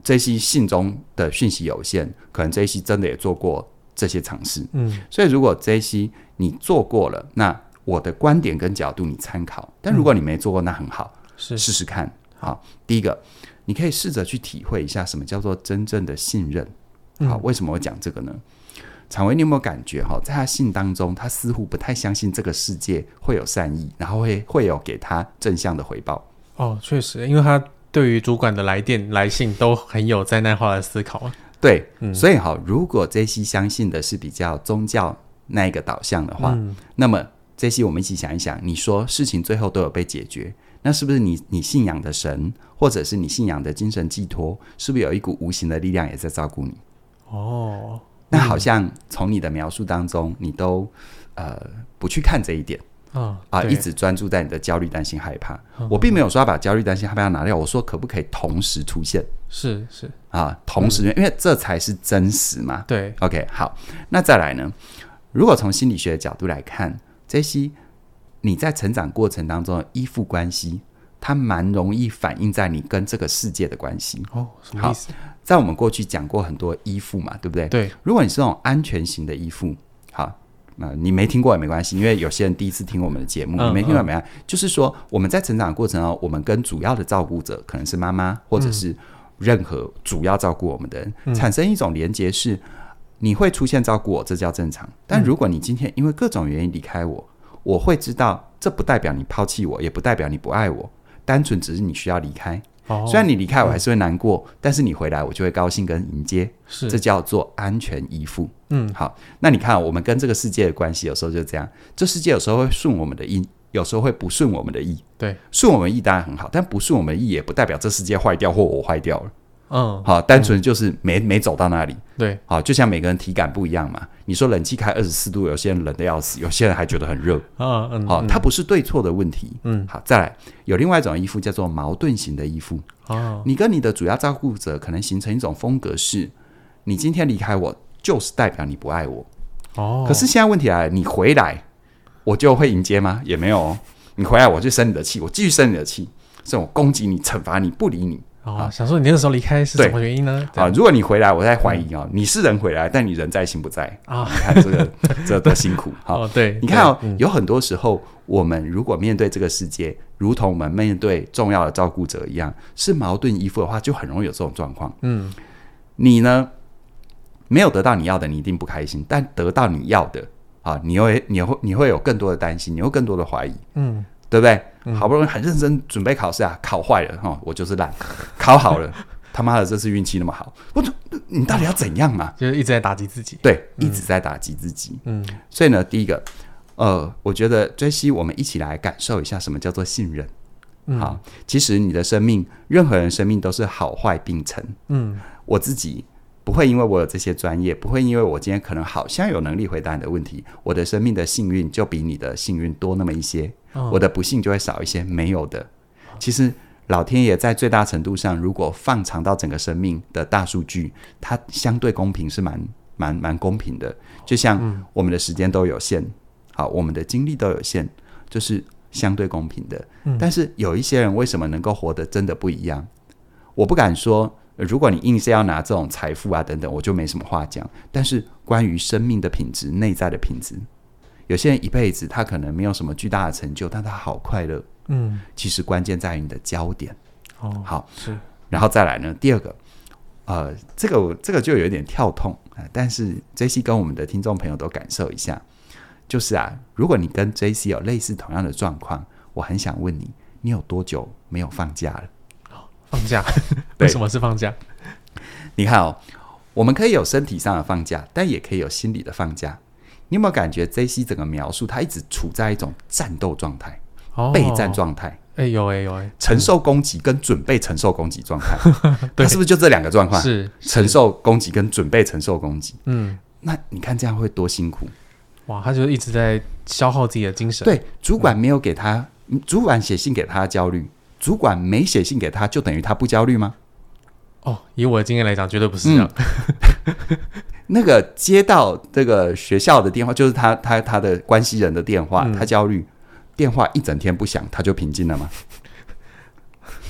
J C 信中的讯息有限，可能 J C 真的也做过这些尝试， 嗯， 所以如果 J C 你做过了，那我的观点跟角度你参考，但如果你没做过，那很好， 是试试看。好，第一个，你可以试着去体会一下什么叫做真正的信任。好，为什么我讲这个呢？常威，你有没有感觉在他信当中，他似乎不太相信这个世界会有善意，然后会会有给他正向的回报？ 哦，确实，因为他对于主管的来电来信都很有灾难化的思考。 对， 嗯、 所以好，如果 J C 相信的是比较宗教那一个导向的话， 嗯、 那么 J C 我们一起想一想，你说事情最后都有被解决，那是不是你你信仰的神，或者是你信仰的精神寄托，是不是有一股无形的力量也在照顾你？ 哦， 那好像从你的描述当中，你都呃不去看这一点。 啊、 啊，一直专注在你的焦虑、担心、害怕。 嗯、 我并没有说要把焦虑、担心、害怕拿掉，我说可不可以同时出现？ 是是啊，同时、嗯，因为这才是真实嘛。 对 ，OK， 好，那再来呢？如果从心理学的角度来看，这些你在成长过程当中的依附关系，它蛮容易反映在你跟这个世界的关系。 哦，什么意思？ 在我们过去讲过很多依附嘛，对不对？ 对。 如果你是这种安全型的依附，好。呃、你没听过也没关系，因为有些人第一次听我们的节目，嗯、你没听过也没关系。嗯、就是说，我们在成长的过程中，我们跟主要的照顾者可能是妈妈，或者是任何主要照顾我们的人，嗯、产生一种连结是，你会出现照顾我，这叫正常。但如果你今天因为各种原因离开我，我会知道，这不代表你抛弃我，也不代表你不爱我，单纯只是你需要离开。哦、虽然你离开我还是会难过，嗯、但是你回来我就会高兴跟迎接， 是这叫做安全依附。 嗯， 好，那你看我们跟这个世界的关系有时候就这样，这世界有时候会顺我们的意，有时候会不顺我们的意。 对， 顺我们意当然很好，但不顺我们的意也不代表这世界坏掉或我坏掉了。 嗯， 好，单纯就是没、嗯、没走到那里。 对， 好，就像每个人体感不一样嘛。你说冷气开二十四度，有些人冷得要死，有些人还觉得很热。 嗯嗯， 好，它不是对错的问题。 嗯， 好，再来有另外一种依附叫做矛盾型的依附。 哦， 你跟你的主要照顾者可能形成一种风格是，你今天离开我，就是代表你不爱我。 哦， 可是现在问题来了，你回来，我就会迎接吗？也没有哦。你回来，我就生你的气，我继续生你的气，所以我攻击你、惩罚你、不理你。 哦，啊、想说你那个时候离开是什么原因呢？ 啊，如果你回来，我在怀疑啊、哦，你是人回来，但你人在心不在啊。你看这个，这个多辛苦。好、 哦，对， 你看哦， 嗯、 有很多时候，我们如果面对这个世界，如同我们面对重要的照顾者一样，是矛盾依附的话，就很容易有这种状况。 嗯， 你呢没有得到你要的，你一定不开心；但得到你要的啊，你会你会你会有更多的担心，你会更多的怀疑。嗯。对不对？嗯、好不容易很认真准备考试啊，考坏了哈，我就是烂；考好了，他妈的这次运气那么好，我你到底要怎样嘛？ 就是一直在打击自己， 对，嗯、一直在打击自己。嗯，所以呢，第一个，呃，我觉得追希，我们一起来感受一下什么叫做信任。嗯、好，其实你的生命，任何人生命都是好坏并存。嗯，我自己不会因为我有这些专业，不会因为我今天可能好像有能力回答你的问题，我的生命的幸运就比你的幸运多那么一些。我的不幸就会少一些，没有的。其实老天爷在最大程度上，如果放长到整个生命的大数据，它相对公平是蛮蛮蛮公平的。就像我们的时间都有限，好，我们的精力都有限，就是相对公平的。但是有一些人为什么能够活得真的不一样？我不敢说，如果你硬是要拿这种财富啊等等，我就没什么话讲。但是关于生命的品质、内在的品质。有些人一辈子他可能没有什么巨大的成就，但他好快乐。嗯，其实关键在于你的焦点。哦，好，是。然后再来呢，第二个，呃，这个这个就有点跳痛、呃、但是 J C 跟我们的听众朋友都感受一下，就是啊，如果你跟 J C 有类似同样的状况，我很想问你，你有多久没有放假了？ 哦、放假？为什么是放假？ 你看哦，我们可以有身体上的放假，但也可以有心理的放假。你有没有感觉 J C 整个描述他一直处在一种战斗状态、哦、备战状态？ 哎、欸，有哎、欸、有哎、欸， 承受攻击跟准备承受攻击状态，对，是不是就这两个状况？ 是承受攻击跟准备承受攻击。嗯，那你看这样会多辛苦？ 哇，他就一直在消耗自己的精神。 对，主管没有给他，嗯、主管写信给他焦虑，主管没写信给他，就等于他不焦虑吗？ 哦，以我的经验来讲，绝对不是这样。 嗯那个接到这个学校的电话，就是他他他的关系人的电话，嗯、他焦虑，电话一整天不响，他就平静了吗？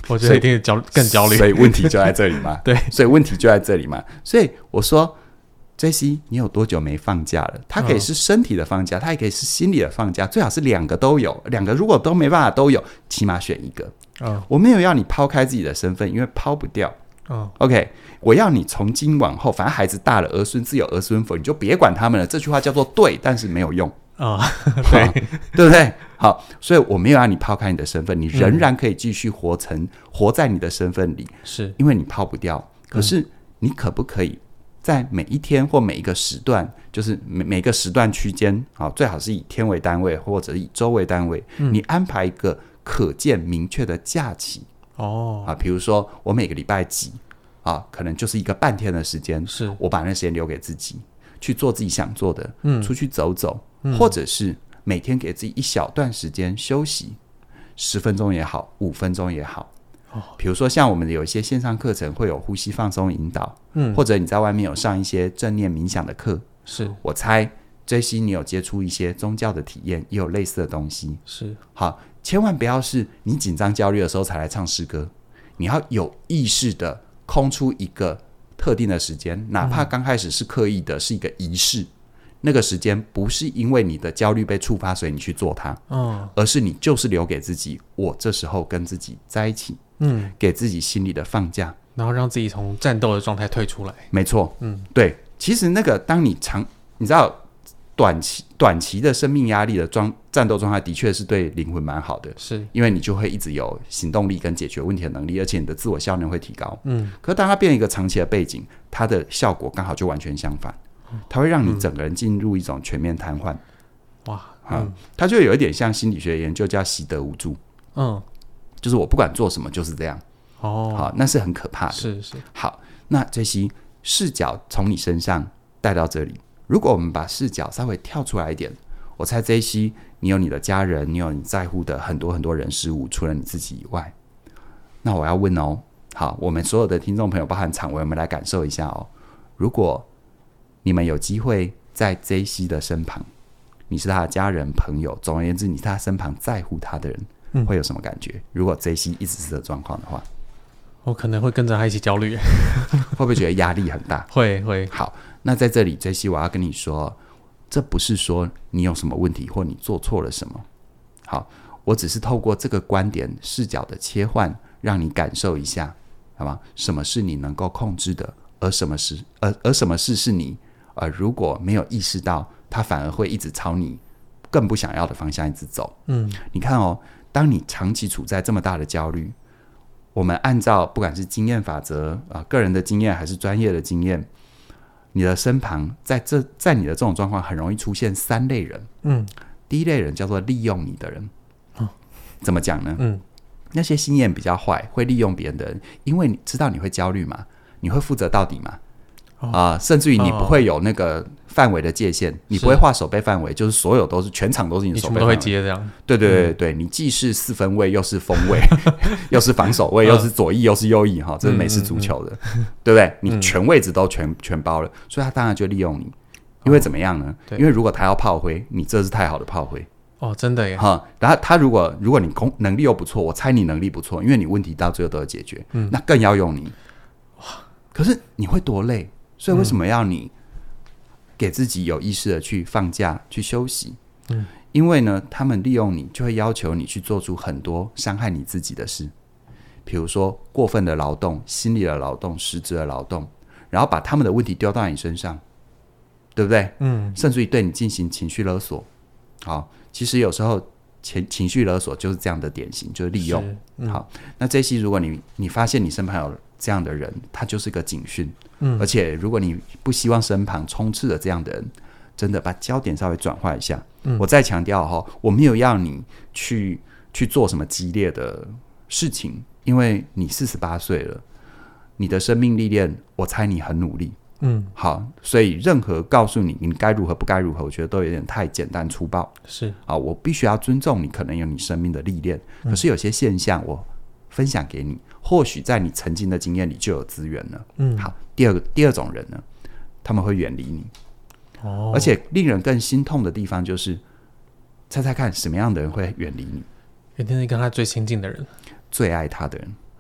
我觉得一定焦更焦虑， 所以问题就在这里嘛。 对， 所以问题就在这里嘛。所以我说 J C 你有多久没放假了？它可以是身体的放假，它也可以是心理的放假，最好是两个都有。两个如果都没办法都有，起码选一个。 哦、 我没有要你抛开自己的身份，因为抛不掉。 哦、 OK， 我要你从今往后，反正孩子大了，儿孙自有儿孙福，你就别管他们了。这句话叫做对，但是没有用。 啊、哦，对， 对不对？好，所以我没有让你抛开你的身份，你仍然可以继续活成、嗯、活在你的身份里， 是因为你抛不掉。可是你可不可以在每一天或每一个时段，就是每每个时段区间，好，最好是以天为单位或者以周为单位，嗯、你安排一个可见明确的假期哦啊，比如说我每个礼拜几啊，可能就是一个半天的时间， 是我把那时间留给自己。去做自己想做的， 嗯， 出去走走， 嗯、 或者是每天给自己一小段时间休息，十分钟也好，五分钟也好。哦，比如说像我们有一些线上课程会有呼吸放松引导，嗯，或者你在外面有上一些正念冥想的课， 是我猜这些你有接触一些宗教的体验，也有类似的东西， 是好，千万不要是你紧张焦虑的时候才来唱诗歌，你要有意识的空出一个特定的时间，哪怕刚开始是刻意的，是一个仪式、嗯、那个时间不是因为你的焦虑被触发所以你去做它、哦、而是你就是留给自己，我这时候跟自己在一起，嗯，给自己心里的放假， 然后让自己从战斗的状态退出来。 没错，嗯，对，其实那个当你长你知道短期短期的生命压力的状战斗状态的确是对灵魂蛮好的，是因为你就会一直有行动力跟解决问题的能力，而且你的自我效能会提高。嗯，可是当它变成一个长期的背景，它的效果刚好就完全相反，它会让你整个人进入一种全面瘫痪。哇、嗯嗯，它就有一点像心理学研究叫习得无助。嗯，就是我不管做什么就是这样。哦，好，那是很可怕的。 是是。 好，那这些视角从你身上带到这里。如果我们把视角稍微跳出来一点，我猜这一期你有你的家人，你有你在乎的很多很多人事物，除了你自己以外，那我要问哦，好，我们所有的听众朋友包含场委，我们来感受一下哦，如果你们有机会在这一期的身旁，你是他的家人朋友，总而言之你是他身旁在乎他的人、嗯、会有什么感觉？如果这一期一直是这状况的话， 我可能会跟着他一起焦虑会不会觉得压力很大？ 会会。 好，那在这里 J C 我要跟你说，这不是说你有什么问题或你做错了什么，好，我只是透过这个观点视角的切换，让你感受一下，好吗？什么是你能够控制的，而什么事而而什么事是你呃如果没有意识到，它反而会一直朝你更不想要的方向一直走。嗯，你看哦，当你长期处在这么大的焦虑，我们按照不管是经验法则啊、呃，个人的经验还是专业的经验，你的身旁在这在你的这种状况很容易出现三类人。嗯，第一类人叫做利用你的人。哦，怎么讲呢？嗯，那些心眼比较坏，会利用别人的人，因为你知道你会焦虑嘛，你会负责到底嘛。啊、哦呃，甚至于你不会有那个范围的界限，哦、你不会画手背范围，就是所有都是全场都是你的手背范围， 你全部都会接这样。 对对对对、嗯，你既是四分卫，又是锋卫，又是防守卫，又是左翼，又是右翼，哈，这是美式足球的，嗯嗯嗯对不对？你全位置都全全包了，所以他当然就利用你，因为怎么样呢？哦、因为如果他要炮灰，你这是太好的炮灰。 哦，真的耶！ 哈，然后他如果如果你能力又不错，我猜你能力不错，因为你问题到最后都有解决，嗯，那更要用你。哇，可是你会多累？所以为什么要你给自己有意识的去放假、去休息？嗯，因为呢，他们利用你，就会要求你去做出很多伤害你自己的事，比如说过分的劳动、心理的劳动、实质的劳动，然后把他们的问题丢到你身上，对不对？嗯，甚至于对你进行情绪勒索。好，其实有时候情情绪勒索就是这样的典型，就是利用。嗯、好，那这些如果你你发现你身旁有这样的人，他就是个警讯。嗯，而且如果你不希望身旁充斥着这样的人，真的把焦点稍微转换一下。嗯，我再强调哈，我没有要你去去做什么激烈的事情，因为你四十八岁了，你的生命历练，我猜你很努力。嗯，好，所以任何告诉你你该如何不该如何，我觉得都有点太简单粗暴。是啊，我必须要尊重你，可能有你生命的历练，可是有些现象我分享给你，或许在你曾经的经验里就有资源了。嗯，好，第二个第二种人呢，他们会远离你。哦，而且令人更心痛的地方就是，猜猜看什么样的人会远离你？ 一定是跟他最亲近的人， 最爱他的人。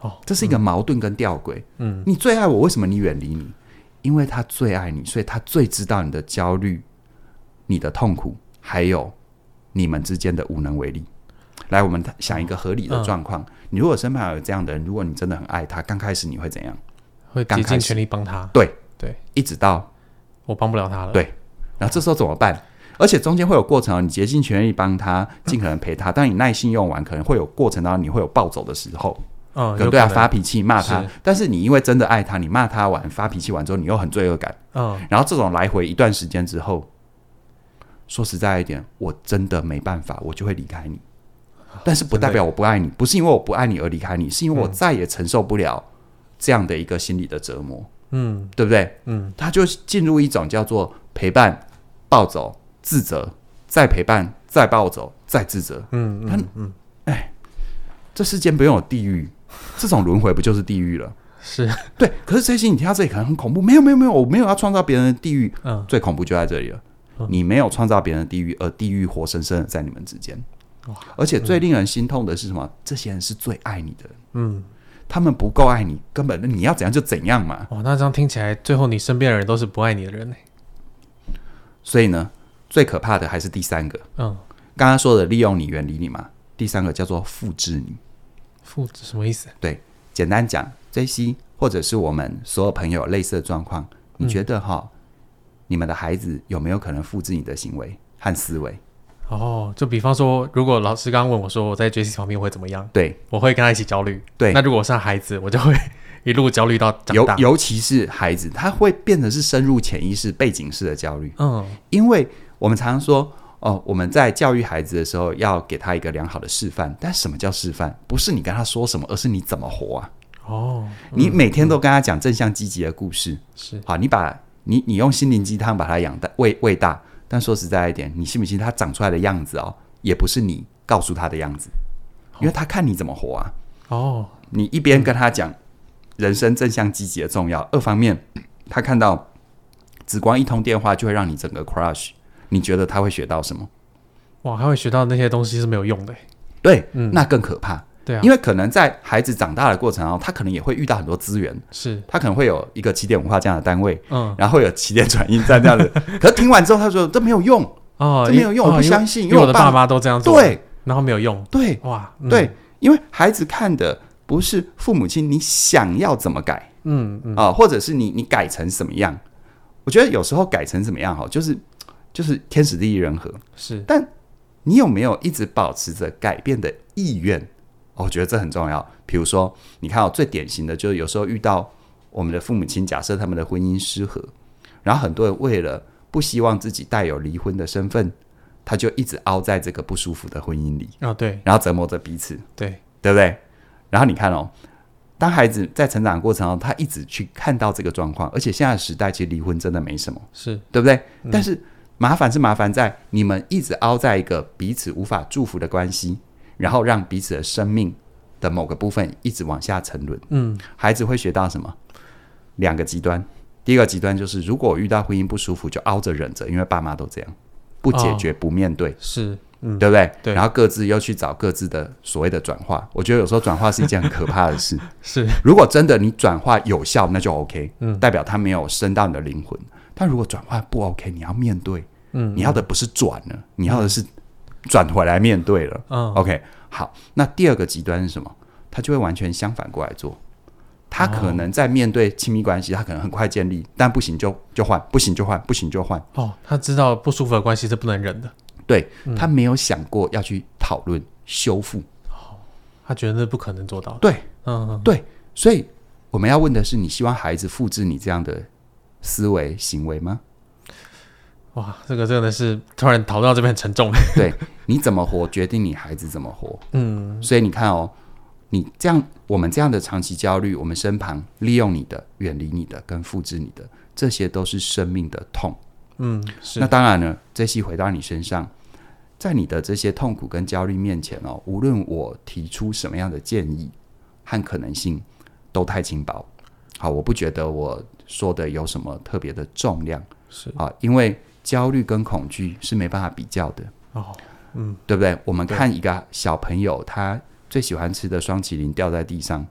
哦， 这是一个矛盾跟吊诡。 嗯， 你最爱我，为什么你远离你？因为他最爱你，所以他最知道你的焦虑、你的痛苦，还有你们之间的无能为力。来，我们想一个合理的状况、嗯、你如果身旁有这样的人，如果你真的很爱他，刚开始你会怎样？ 会竭尽全力帮他。 对对， 一直到我帮不了他了。 对，然后这时候怎么办？而且中间会有过程，你竭尽全力帮他，尽可能陪他。当你耐心用完，可能会有过程当中你会有暴走的时候， 嗯， 可能对他发脾气骂他是， 但是你因为真的爱他，你骂他完发脾气完之后，你又很罪恶感， 嗯， 然后这种来回一段时间之后，说实在一点，我真的没办法，我就会离开你。但是不代表我不爱你，不是因为我不爱你而离开你，是因为我再也承受不了这样的一个心理的折磨，嗯，对不对？嗯，他就进入一种叫做陪伴、暴走、自责，再陪伴、再暴走、再自责，嗯嗯嗯，哎，这世间不用有地狱，这种轮回不就是地狱了？ 是对，可是这些你听到这里可能很恐怖，没有没有没有，我没有要创造别人的地狱，嗯，最恐怖就在这里了，嗯、你没有创造别人的地狱，而地狱活生生的在你们之间。而且最令人心痛的是什么？嗯、这些人是最爱你的人，嗯，他们不够爱你，根本你要怎样就怎样嘛。 哇，那这样听起来，最后你身边的人都是不爱你的人呢。 所以呢，最可怕的还是第三个，嗯，刚刚说的利用你、远离你嘛。第三个叫做复制你。 复制什么意思？ 对，简单讲 ，J C 或者是我们所有朋友有类似的状况，你觉得哈、嗯，你们的孩子有没有可能复制你的行为和思维？ 哦，就比方说，如果老师刚刚问我说我在 J C 旁边会怎么样， 对， 我会跟他一起焦虑。 对， 那如果我是孩子，我就会一路焦虑到长大。 尤尤其是孩子，他会变成是深入潜意识、背景式的焦虑。嗯，因为我们常常说，哦，我们在教育孩子的时候要给他一个良好的示范。但什么叫示范？不是你跟他说什么，而是你怎么活啊？哦，嗯、你每天都跟他讲正向积极的故事，是好，你把你你用心灵鸡汤把他养大喂喂大。但说实在一点，你信不信他长出来的样子哦，也不是你告诉他的样子，因为他看你怎么活啊。哦，你一边跟他讲人生正向积极的重要，二方面他看到只光一通电话就会让你整个 crush， 你觉得他会学到什么？ 哇，他会学到那些东西是没有用的。 对，嗯、那更可怕。 对啊， 因为可能在孩子长大的过程中，他可能也会遇到很多资源， 是他可能会有一个起点文化这样的单位，嗯，然后会有起点转运站这样的。可是听完之后，他说这没有用哦，这没有用，我不相信， 因为我的爸妈都这样做， 对， 然后没有用， 对， 哇， 嗯、对，因为孩子看的不是父母亲你想要怎么改，嗯嗯啊、呃，或者是你你改成什么样？我觉得有时候改成怎么样哈，就是就是天时地利人和， 是， 但你有没有一直保持着改变的意愿？我觉得这很重要。比如说，你看、哦，最典型的就是有时候遇到我们的父母亲，假设他们的婚姻失和，然后很多人为了不希望自己带有离婚的身份，他就一直凹在这个不舒服的婚姻里， 哦，对， 然后折磨着彼此， 对， 对不对？然后你看哦，当孩子在成长的过程中，他一直去看到这个状况，而且现在的时代其实离婚真的没什么， 是对不对？嗯、但是麻烦是麻烦在你们一直凹在一个彼此无法祝福的关系。然后让彼此的生命的某个部分一直往下沉沦。嗯，孩子会学到什么？两个极端。第一个极端就是，如果我遇到婚姻不舒服，就凹着忍着，因为爸妈都这样，不解决、哦、不面对， 是， 嗯，对不对？ 对。 然后各自又去找各自的所谓的转化。我觉得有时候转化是一件很可怕的事。 是。 如果真的你转化有效，那就 OK，嗯，代表他没有深到你的灵魂。但如果转化不 OK， 你要面对，嗯，你要的不是转了，你要的是。转回来面对了、嗯、OK 好，那第二个极端是什么？他就会完全相反过来做，他可能在面对亲密关系他可能很快建立，但不行就就换，不行就换，不行就换。 哦，他知道不舒服的关系是不能忍的， 对、嗯、他没有想过要去讨论修复、 哦、他觉得那不可能做到， 对， 嗯嗯， 对，所以我们要问的是，你希望孩子复制你这样的思维行为吗？ 哇，这个真的是突然讨论到这边很沉重。 对，你怎么活决定你孩子怎么活。嗯，所以你看哦，你这样，我们这样的长期焦虑，我们身旁利用你的、远离你的、跟复制你的，这些都是生命的痛。嗯，是。那当然呢，这些回到你身上，在你的这些痛苦跟焦虑面前哦，无论我提出什么样的建议和可能性，都太轻薄。好，我不觉得我说的有什么特别的重量。 是啊，因为焦虑跟恐惧是没办法比较的哦，嗯，对不对？我们看一个小朋友，他最喜欢吃的双麒麟掉在地上，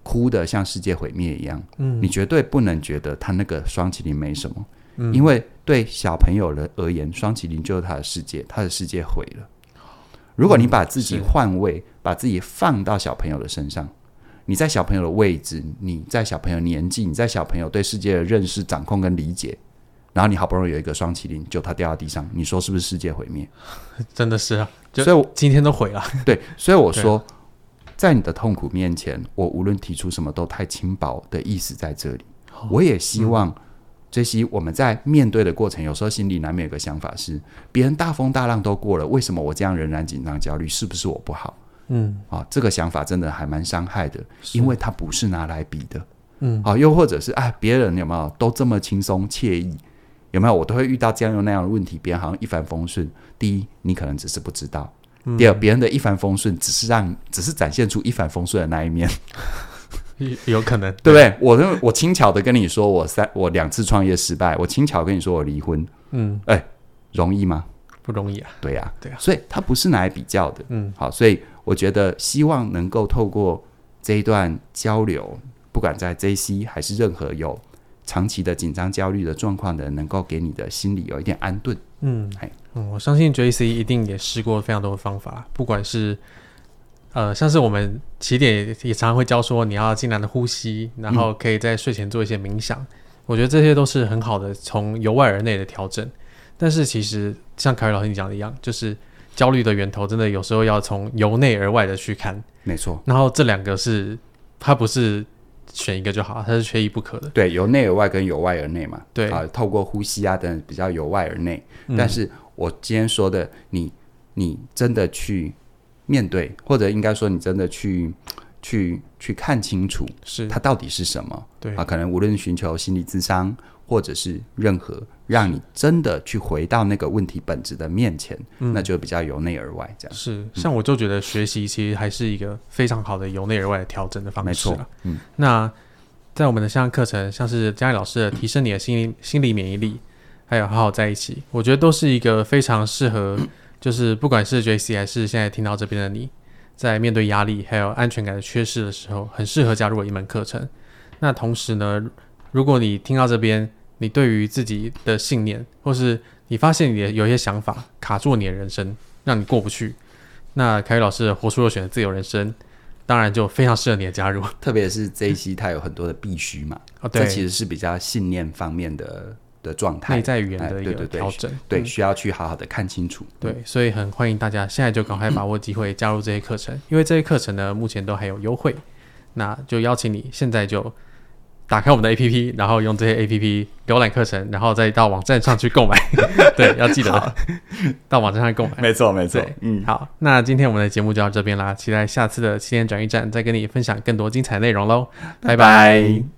哭的像世界毁灭一样， 嗯， 你绝对不能觉得他那个双麒麟没什么， 嗯， 因为对小朋友而言，双麒麟就是他的世界，他的世界毁了。如果你把自己换位，把自己放到小朋友的身上，你在小朋友的位置，你在小朋友年纪，你在小朋友对世界的认识、掌控跟理解，然后你好不容易有一个双麒麟，就他掉到地上，你说是不是世界毁灭？ 真的是啊， 所以我今天都毁了。 对，所以我说，在你的痛苦面前，我无论提出什么都太轻薄的意思在这里。哦、我也希望。嗯这些我们在面对的过程，有时候心里难免有个想法是：别人大风大浪都过了，为什么我这样仍然紧张焦虑？是不是我不好？嗯，啊，这个想法真的还蛮伤害的，因为它不是拿来比的。嗯，啊，又或者是哎，别人有没有都这么轻松惬意？有没有我都会遇到这样又那样的问题？别人好像一帆风顺。第一，你可能只是不知道；嗯、第二，别人的一帆风顺只是让只是展现出一帆风顺的那一面。 有可能， 对不对？我我轻巧的跟你说我三我两次创业失败，我轻巧跟你说我离婚，嗯，哎，容易吗？ 不容易啊。 对呀、啊， 对啊， 所以它不是拿来比较的，嗯，好，所以我觉得希望能够透过这一段交流，不管在 J C 还是任何有长期的紧张焦虑的状况的人，能够给你的心里有一点安顿， 嗯，嗯，我相信 J C 一定也试过非常多的方法，不管是。呃，像是我们起点也常常会教说你要尽量的呼吸，然后可以在睡前做一些冥想、嗯、我觉得这些都是很好的从由外而内的调整。但是其实像凯宇老师你讲的一样，就是焦虑的源头真的有时候要从由内而外的去看， 没错， 然后这两个是它不是选一个就好，它是缺一不可的。 对，由内而外跟由外而内嘛， 对啊，透过呼吸啊等等比较由外而内、嗯、但是我今天说的你你真的去面对，或者应该说你真的去去去看清楚是它到底是什么，对啊，可能无论寻求心理咨商或者是任何让你真的去回到那个问题本质的面前、嗯、那就比较由内而外这样。 是，像我就觉得学习其实还是一个非常好的由内而外的调整的方式。没错，嗯，那在我们的线上课程，像是嘉义老师的提升你的心理心理免疫力，还有好好在一起，我觉得都是一个非常适合、嗯就是不管是 J C 还是现在听到这边的你，在面对压力还有安全感的缺失的时候，很适合加入一门课程。那同时呢，如果你听到这边，你对于自己的信念，或是你发现你的有一些想法卡住你的人生，让你过不去，那凯宇老师的活出若选的自由人生，当然就非常适合你的加入。 特别是这一期它有很多的必须嘛、哦、对，这其实是比较信念方面的的状态， 内在语言的一个调整、哎、 对, 对, 对、嗯、需要去好好的看清楚。 对，所以很欢迎大家现在就赶快把握机会加入这些课程、嗯、因为这些课程呢目前都还有优惠，那就邀请你现在就打开我们的 A P P， 然后用这些 A P P 浏览课程，然后再到网站上去购买对，要记得到网站上购买， 没错没错。嗯， 好，那今天我们的节目就到这边啦，期待下次的起点转运站再跟你分享更多精彩内容咯，拜拜。拜拜。